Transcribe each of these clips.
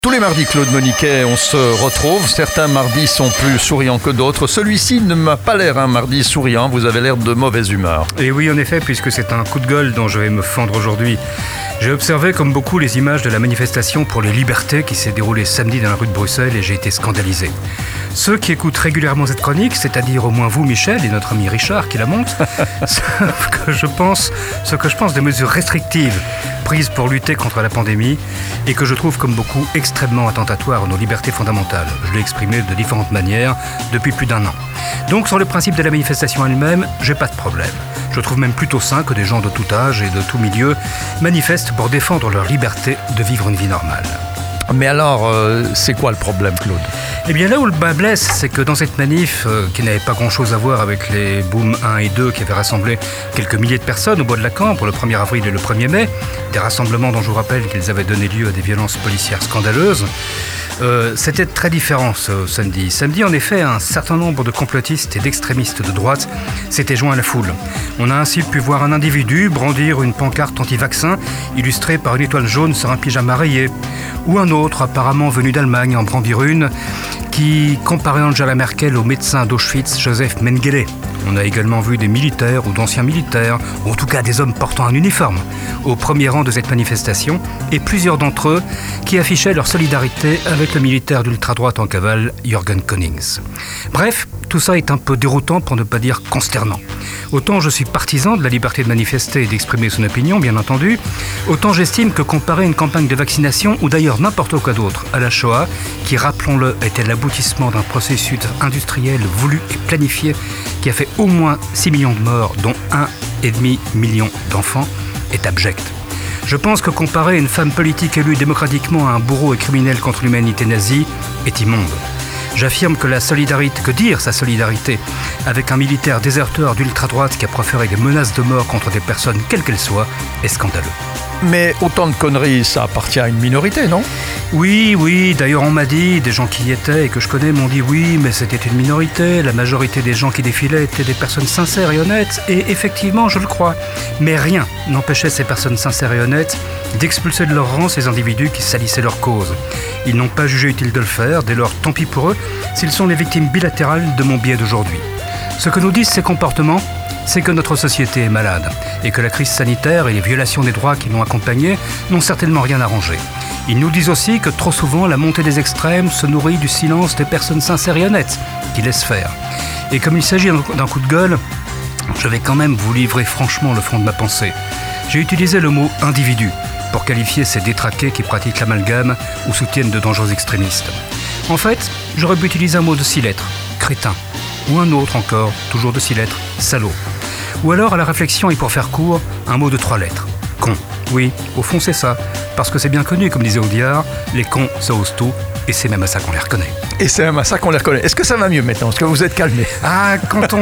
Tous les mardis, Claude Moniquet, on se retrouve. Certains mardis sont plus souriants que d'autres. Celui-ci ne m'a pas l'air un mardi souriant. Vous avez l'air de mauvaise humeur. Et oui, en effet, puisque c'est un coup de gueule dont je vais me fendre aujourd'hui. J'ai observé, comme beaucoup, les images de la manifestation pour les libertés qui s'est déroulée samedi dans la rue de Bruxelles et j'ai été scandalisé. Ceux qui écoutent régulièrement cette chronique, c'est-à-dire au moins vous, Michel, et notre ami Richard qui la monte, ce que je pense des mesures restrictives prises pour lutter contre la pandémie et que je trouve, comme beaucoup, extrêmement attentatoires à nos libertés fondamentales. Je l'ai exprimé de différentes manières depuis plus d'un an. Donc, sur le principe de la manifestation elle-même, j'ai pas de problème. Je trouve même plutôt sain que des gens de tout âge et de tout milieu manifestent pour défendre leur liberté de vivre une vie normale. Mais alors, c'est quoi le problème, Claude ? Eh bien là où le bas blesse, c'est que dans cette manif, qui n'avait pas grand-chose à voir avec les Boom 1 et 2 qui avaient rassemblé quelques milliers de personnes au bois de la Cambre le 1er avril et le 1er mai, des rassemblements dont je vous rappelle qu'ils avaient donné lieu à des violences policières scandaleuses, c'était très différent ce samedi. Samedi, en effet, un certain nombre de complotistes et d'extrémistes de droite s'étaient joints à la foule. On a ainsi pu voir un individu brandir une pancarte anti-vaccin illustrée par une étoile jaune sur un pyjama rayé, ou un autre, apparemment venu d'Allemagne, en brandir une, qui comparait Angela Merkel au médecin d'Auschwitz, Joseph Mengele. On a également vu des militaires ou d'anciens militaires, ou en tout cas des hommes portant un uniforme, au premier rang de cette manifestation, et plusieurs d'entre eux qui affichaient leur solidarité avec le militaire d'ultra-droite en cavale, Jürgen Konings. Bref, tout ça est un peu déroutant pour ne pas dire consternant. Autant je suis partisan de la liberté de manifester et d'exprimer son opinion, bien entendu, autant j'estime que comparer une campagne de vaccination, ou d'ailleurs n'importe quoi d'autre, à la Shoah, qui, rappelons-le, était l'aboutissement d'un processus industriel voulu et planifié, qui a fait au moins 6 millions de morts, dont 1,5 million d'enfants, est abject. Je pense que comparer une femme politique élue démocratiquement à un bourreau et criminel contre l'humanité nazie est immonde. J'affirme que dire sa solidarité avec un militaire déserteur d'ultra-droite qui a proféré des menaces de mort contre des personnes quelles qu'elles soient est scandaleux. Mais autant de conneries, ça appartient à une minorité, non ? Oui, d'ailleurs on m'a dit, des gens qui y étaient et que je connais m'ont dit oui, mais c'était une minorité, la majorité des gens qui défilaient étaient des personnes sincères et honnêtes, et effectivement je le crois. Mais rien n'empêchait ces personnes sincères et honnêtes d'expulser de leur rang ces individus qui salissaient leur cause. Ils n'ont pas jugé utile de le faire, dès lors tant pis pour eux, s'ils sont les victimes bilatérales de mon biais d'aujourd'hui. Ce que nous disent ces comportements, c'est que notre société est malade et que la crise sanitaire et les violations des droits qui l'ont accompagnée n'ont certainement rien arrangé. Ils nous disent aussi que trop souvent la montée des extrêmes se nourrit du silence des personnes sincères et honnêtes qui laissent faire. Et comme il s'agit d'un coup de gueule, je vais quand même vous livrer franchement le fond de ma pensée. J'ai utilisé le mot « individu » pour qualifier ces détraqués qui pratiquent l'amalgame ou soutiennent de dangereux extrémistes. En fait, j'aurais pu utiliser un mot de 6 lettres, crétin, ou un autre encore, toujours de 6 lettres, salaud. Ou alors, à la réflexion et pour faire court, un mot de 3 lettres, con. Oui, au fond c'est ça, parce que c'est bien connu, comme disait Audiard, les cons, ça ose tout, et c'est même à ça qu'on les reconnaît. Et c'est même à ça qu'on les reconnaît. Est-ce que ça va mieux maintenant ? Est-ce que vous êtes calmé ? Ah, quand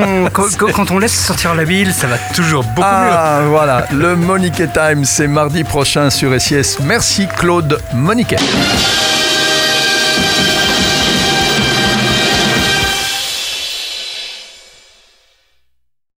on laisse sortir la bile, ça va toujours beaucoup mieux. Ah, voilà, le Moniquet Time, c'est mardi prochain sur SIS. Merci Claude Moniquet.